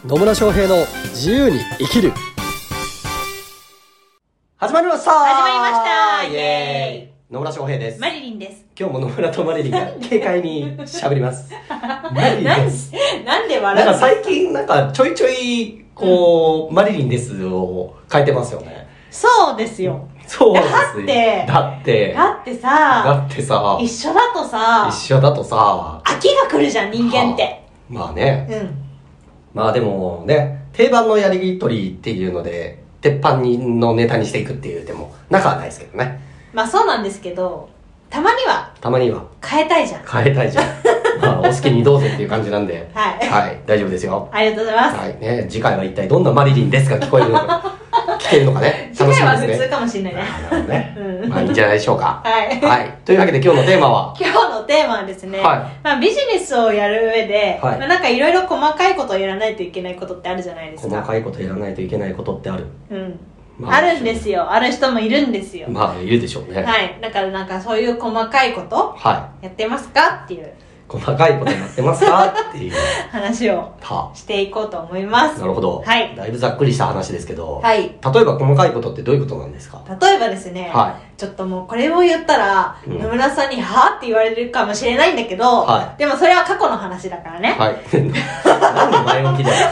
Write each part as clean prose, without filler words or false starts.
野村翔平の自由に生きる。始まりましたイエーイ。 野村翔平です。 マリリンです。 今日も野村とマリリンが軽快に喋りますマリリンです。 なんで笑う？ なんか最近ちょいちょいマリリンですを変えてますよね。 そうですよ。 そうです。 だってさ一緒だとさ飽きが来るじゃん、人間って。 まあね、まあでもね、定番のやりとりっていうので鉄板のネタにしていくっていうでも仲はないですけどね。 まあそうなんですけど、たまには変えたいじゃんまあお好きにどうぞっていう感じなんではい、大丈夫ですよ。 ありがとうございます。 はいね、次回は一体どんなマリリンですが聞こえるのか聞けるのかね、 次回は普通かもしれないね。 なるほどね、まあいいんじゃないでしょうかはい、 というわけで今日のテーマはですね、まあ、ビジネスをやる上で、まあ、なんかいろいろ細かいことをやらないといけないことってあるじゃないですか。 細かいことやらないといけないことってある。 あるんですよ。ある人もいるんですよ。 まあいるでしょうね。 はい。だからなんかそういう細かいことやってますかっていう。 細かいことやってますかっていう話をしていこうと思います。 なるほど。 はい。 だいぶざっくりした話ですけど。 はい。 例えば細かいことってどういうことなんですか？ 例えばですね。ちょっともうこれを言ったら、野村さんにはぁって言われるかもしれないんだけど、でもそれは過去の話だからね。 なんで前置きだよ。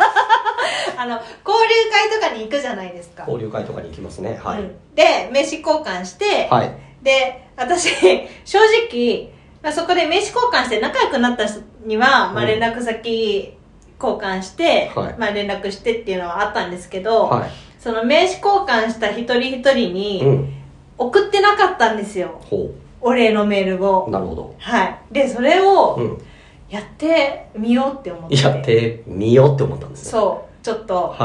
交流会とかに行くじゃないですか。 交流会とかに行きますね。 で、名刺交換して、で、私、正直、そこで名刺交換して仲良くなった人には、連絡先交換して、連絡してっていうのはあったんですけど、その名刺交換した一人一人に、送ってなかったんですよ。お礼のメールを。 なるほど。 で、それを、やってみようって思って。 やってみようって思ったんですね。 そう。ちょっと、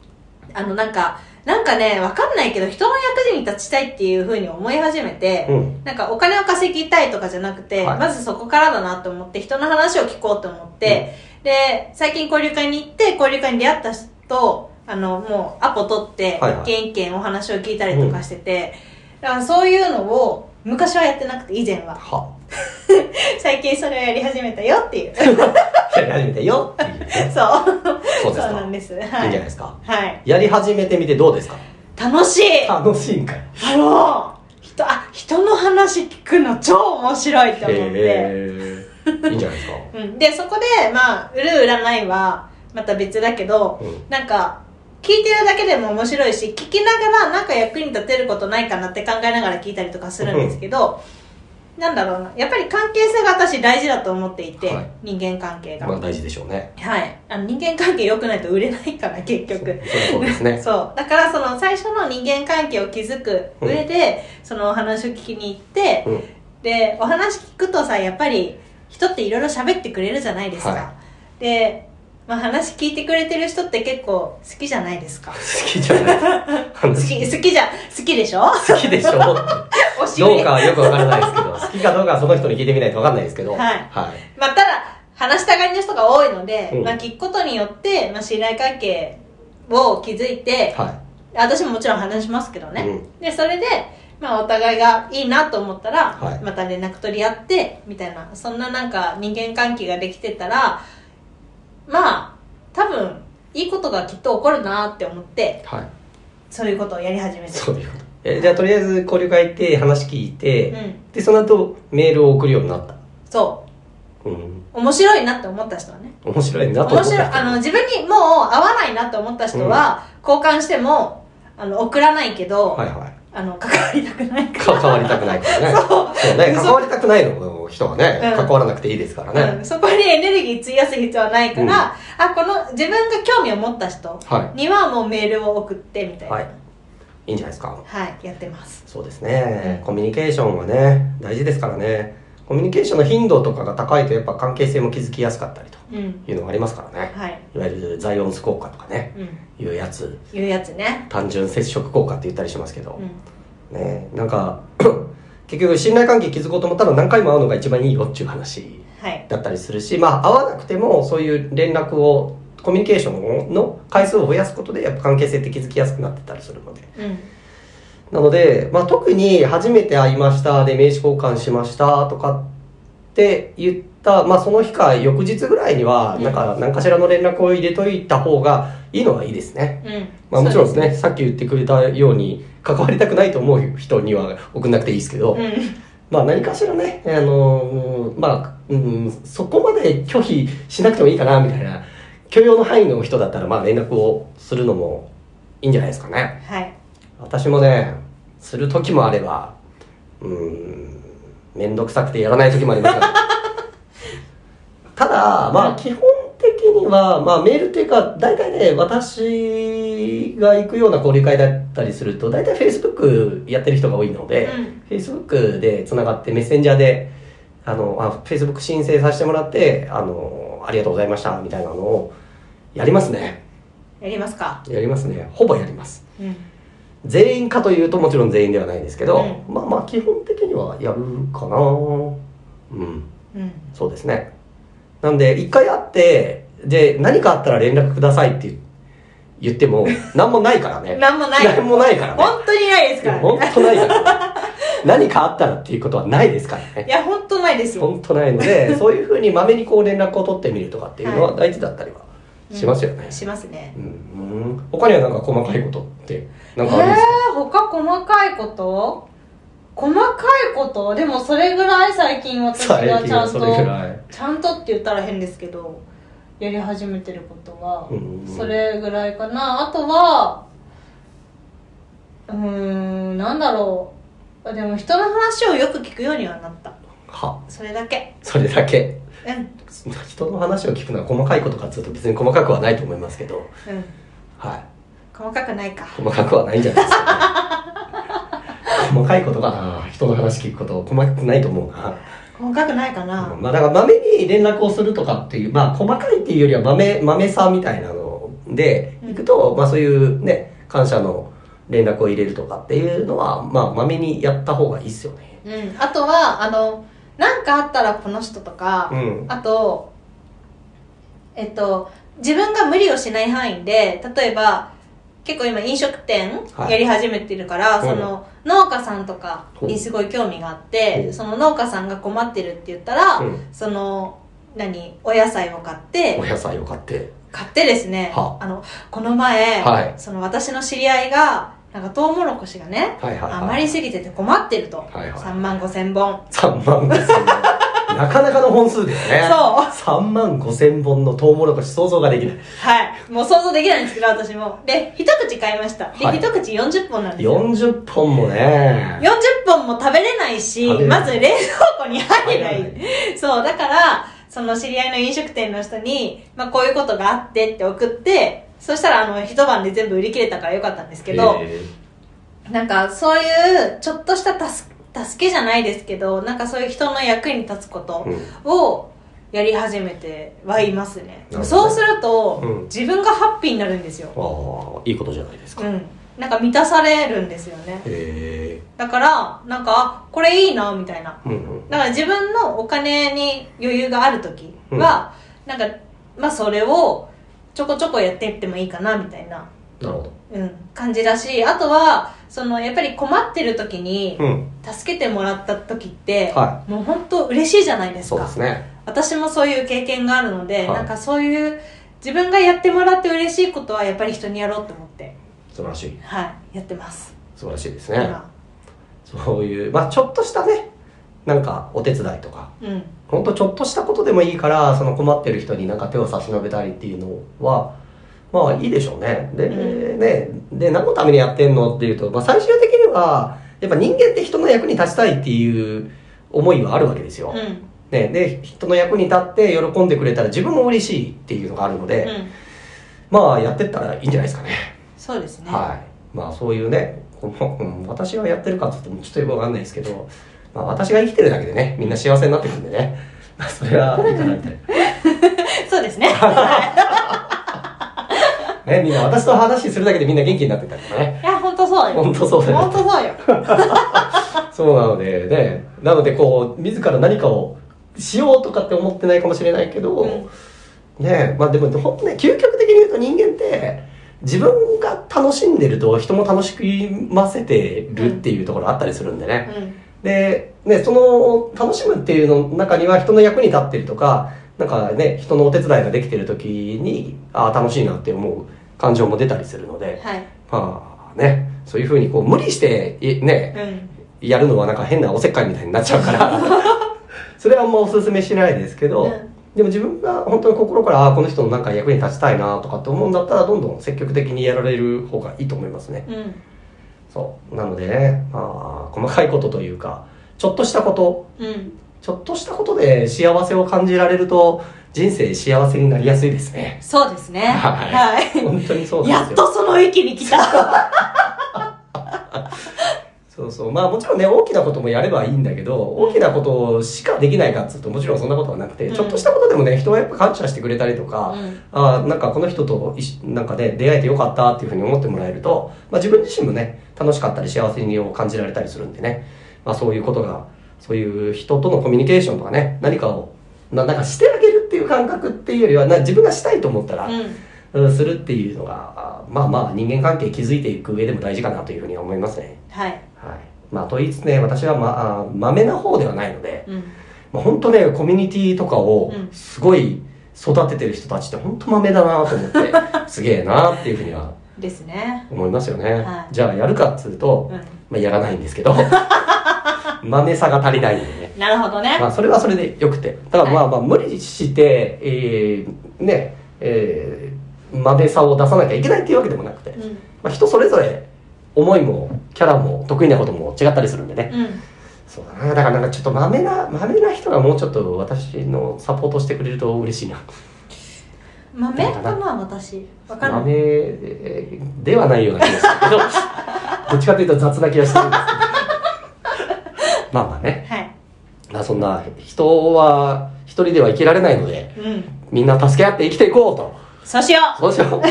なんかね、わかんないけど、人の役に立ちたいっていう風に思い始めて、なんかお金を稼ぎたいとかじゃなくて、まずそこからだなと思って、人の話を聞こうと思って、で、最近交流会に行って、交流会に出会った人と、もうアポ取って、一件お話を聞いたりとかしてて、だからそういうのを、昔はやってなくて、以前は。最近それをやり始めたよっていう。 やり始めたよっていう。そうなんです。いいんじゃないですか。やり始めてみてどうですか？ 楽しい。 楽しいんかい。 人の話聞くの超面白いって思って。 いいんじゃないですか。 で、そこで、まあ、売る売らないは、また別だけど、なんか、聞いてるだけでも面白いし、聞きながらなんか役に立てることないかなって考えながら聞いたりとかするんですけど、なんだろうな、やっぱり関係性が私大事だと思っていて、人間関係が。 まあ大事でしょうね。 人間関係良くないと売れないから、結局。 そうですね。 そう。だからその最初の人間関係を築く上で、そのお話を聞きに行って、で、お話聞くとさ、やっぱり人っていろいろ喋ってくれるじゃないですか。で、まあ話聞いてくれてる人って結構好きじゃないですか。 好きじゃない好きでしょ？ 好きでしょ？どうかはよくわからないですけど、好きかどうかはその人に聞いてみないとわかんないですけど。まあただ、話したがりの人が多いので、まあ聞くことによって、まあ信頼関係を築いて、私ももちろん話しますけどね。で、それで、まあお互いがいいなと思ったら、また連絡取り合って、みたいな、そんななんか人間関係ができてたら、まあ多分いいことがきっと起こるなって思って、そういうことをやり始めた。 そういうこと。じゃあとりあえず交流会行って話聞いて、でその後メールを送るようになった。 そう。面白いなって思った人はね。 面白いなと思った人。 自分にもう合わないなって思った人は、交換しても送らないけど、関わりたくないから。 関わりたくないからね。そうね。関わりたくないの人はね、関わらなくていいですからね。 そこにエネルギー費やす必要はないから、この自分が興味を持った人にはもうメールを送ってみたいな。 いいんじゃないですか。 やってます。 そうですね。コミュニケーションはね、大事ですからね。コミュニケーションの頻度とかが高いとやっぱ関係性も築きやすかったりというのがありますからね。いわゆるザイオンス効果とかね、いうやつね。 単純接触効果って言ったりしますけど、ね、なんか結局信頼関係築こうと思ったら何回も会うのが一番いいよっていう話だったりするし、まあ会わなくてもそういう連絡をコミュニケーションの回数を増やすことでやっぱ関係性って築きやすくなってたりするので、なので、まあ、特に初めて会いましたで名刺交換しましたとかって言った、その日か翌日ぐらいには、何かしらの連絡を入れといた方がいいのはいいですね。もちろんですね、さっき言ってくれたように、関わりたくないと思う人には送んなくていいですけど、何かしらね、そこまで拒否しなくてもいいかな、みたいな、許容の範囲の人だったら、連絡をするのもいいんじゃないですかね。 はい。 私もね、する時もあれば、めんどくさくてやらない時もありますがただ、基本的には、メールっていうか、大体ね、私が行くような交流会だったりすると、大体 Facebook やってる人が多いので、Facebook で繋がってメッセンジャーで、Facebook 申請させてもらって、ありがとうございました、みたいなのを、やりますね。 やりますか？ やりますね。ほぼやります。全員かというともちろん全員ではないんですけど、基本的にはやるかな。そうですね。なんで一回会ってで何かあったら連絡くださいって言っても何もないからね。 何もないからね。本当にないですからね。 本当ないからね。何かあったらっていうことはないですからね。 いや本当ないですよ。 本当ないのでそういうふうにまめにこう連絡を取ってみるとかっていうのは大事だったりはしますよね。 しますね。 他にはなんか細かいことってなんかあるんですか？ 他細かいことでもそれぐらい最近私がちゃんとって言ったら変ですけどやり始めてることはそれぐらいかな。あとはなんだろう、でも人の話をよく聞くようにはなった。それだけ。 人の話を聞くのは細かいことかっていうと別に細かくはないと思いますけど、 細かくないか。 細かくはないんじゃないですかね。細かいことかな。人の話聞くこと細かくないと思うな。 細かくないかな。 だからまめに連絡をするとかっていう細かいっていうよりはまめさみたいなのでいくと、そういうね感謝の連絡を入れるとかっていうのはまめにやった方がいいですよね。 あとはなんかあったらこの人とか、あと自分が無理をしない範囲で、例えば結構今飲食店やり始めてるから、その農家さんとかにすごい興味があって、その農家さんが困ってるって言ったら、そのお野菜を買ってですね、この前、その私の知り合いがトウモロコシがね、余りすぎてて困ってると。3万5千本。 3万5千本。なかなかの本数ですね。3万5千本のトウモロコシ想像ができない。 もう想像できないんですけど、私も。で、一口買いました。で、一口40本なんですよ。 40本もね。 40本も食べれないし、まず冷蔵庫に入らない。だから、その知り合いの飲食店の人に、こういうことがあってって送って、そしたら一晩で全部売り切れたからよかったんですけど、そういうちょっとした助けじゃないですけど、そういう人の役に立つことをやり始めてはいますね。そうすると、自分がハッピーになるんですよ。 いいことじゃないですか。 満たされるんですよね。だからこれいいなみたいな。だから自分のお金に余裕がある時は、それをちょこちょこやっていってもいいかなみたいな感じだし、あとはやっぱり困ってる時に助けてもらった時って、もう本当嬉しいじゃないですか。 そうですね。 私もそういう経験があるので、そういう自分がやってもらって嬉しいことはやっぱり人にやろうと思って素晴らしい。 やってます。 素晴らしいですね。そういうちょっとしたねお手伝いとか、本当ちょっとしたことでもいいから、その困ってる人に手を差し伸べたりっていうのはいいでしょうね。で何のためにやってんのっていうと、最終的にはやっぱ人間って人の役に立ちたいっていう思いはあるわけですよ。で人の役に立って喜んでくれたら自分も嬉しいっていうのがあるので、やってったらいいんじゃないですかね。 そうですね。 そういうね、私はやってるかって言ってもちょっとよくわかんないですけど、私が生きてるだけでね、みんな幸せになってくるんでね、それはいいかなみたいな。 そうですね。 みんな私と話するだけでみんな元気になってたりとかね。 いや、本当そうよ。 本当そうだよ。 本当そうよ。 そうなのでね、自ら何かをしようとかって思ってないかもしれないけど、でも本当ね、究極的に言うと人間って自分が楽しんでると人も楽しませてるっていうところあったりするんでね。でね、その楽しむっていうの中には人の役に立ってるとか、なんかね、人のお手伝いができてる時に、楽しいなって思う感情も出たりするので、 はい、 まあね、そういうふうにこう無理してね、やるのはなんか変なおせっかいみたいになっちゃうからそれはあんまおすすめしないですけど、でも自分が本当に心からこの人のなんか役に立ちたいなとかって思うんだったらどんどん積極的にやられる方がいいと思いますね。そうなのでね、細かいことというかちょっとしたこと、ちょっとしたことで幸せを感じられると人生幸せになりやすいですね。 そうですね。はい。 本当にそうですよ。 やっとその域に来た。 そうそう。まあもちろんね、大きなこともやればいいんだけど、大きなことしかできないかっつうともちろんそんなことはなくて、ちょっとしたことでもね、人はやっぱ感謝してくれたりとか、なんかこの人となんかね、出会えてよかったっていうふうに思ってもらえると、自分自身もね、楽しかったり幸せに感じられたりするんでね、そういうことが、そういう人とのコミュニケーションとかね、何かを、なんかしてあげるっていう感覚っていうよりは、自分がしたいと思ったら、するっていうのが、人間関係築いていく上でも大事かなというふうに思いますね。 はい。 はい。と言いつつね、私はまめな方ではないので、本当ね、コミュニティとかをすごい育ててる人たちって本当まめだなと思って、すげえなっていうふうにはですね。 思いますよね。じゃあやるかっつうと、やらないんですけど、まめさが足りないんでね。 なるほどね。 それはそれでよくて。だから無理して、まめさを出さなきゃいけないっていうわけでもなくて、人それぞれ思いもキャラも得意なことも違ったりするんでね。そうだな。だからなんかちょっとまめな人がもうちょっと私のサポートしてくれると嬉しいな。 まめかな、私。わかんない。 まめではないような気がするけど、どっちかというと雑な気がしてるんですけど。ね。はい。そんな、人は一人では生きられないので、みんな助け合って生きていこうと。 そうしよう。 そうしよう。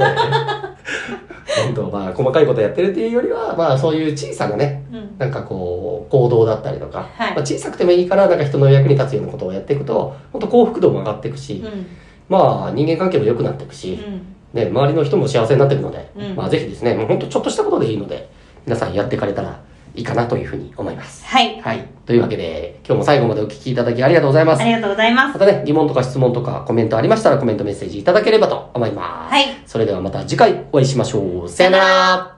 本当細かいことやってるっていうよりは、そういう小さなね、なんかこう、行動だったりとか、小さくてもいいから、なんか人の役に立つようなことをやっていくと、本当幸福度も上がっていくし、人間関係も良くなっていくし、ね、周りの人も幸せになっていくので、ぜひですね、もう本当ちょっとしたことでいいので、皆さんやっていかれたらいいかなというふうに思います。 はい。 はい。というわけで、今日も最後までお聞きいただきありがとうございます。 ありがとうございます。 またね、疑問とか質問とかコメントありましたらコメントメッセージいただければと思います。 はい。 それではまた次回お会いしましょう。さよなら。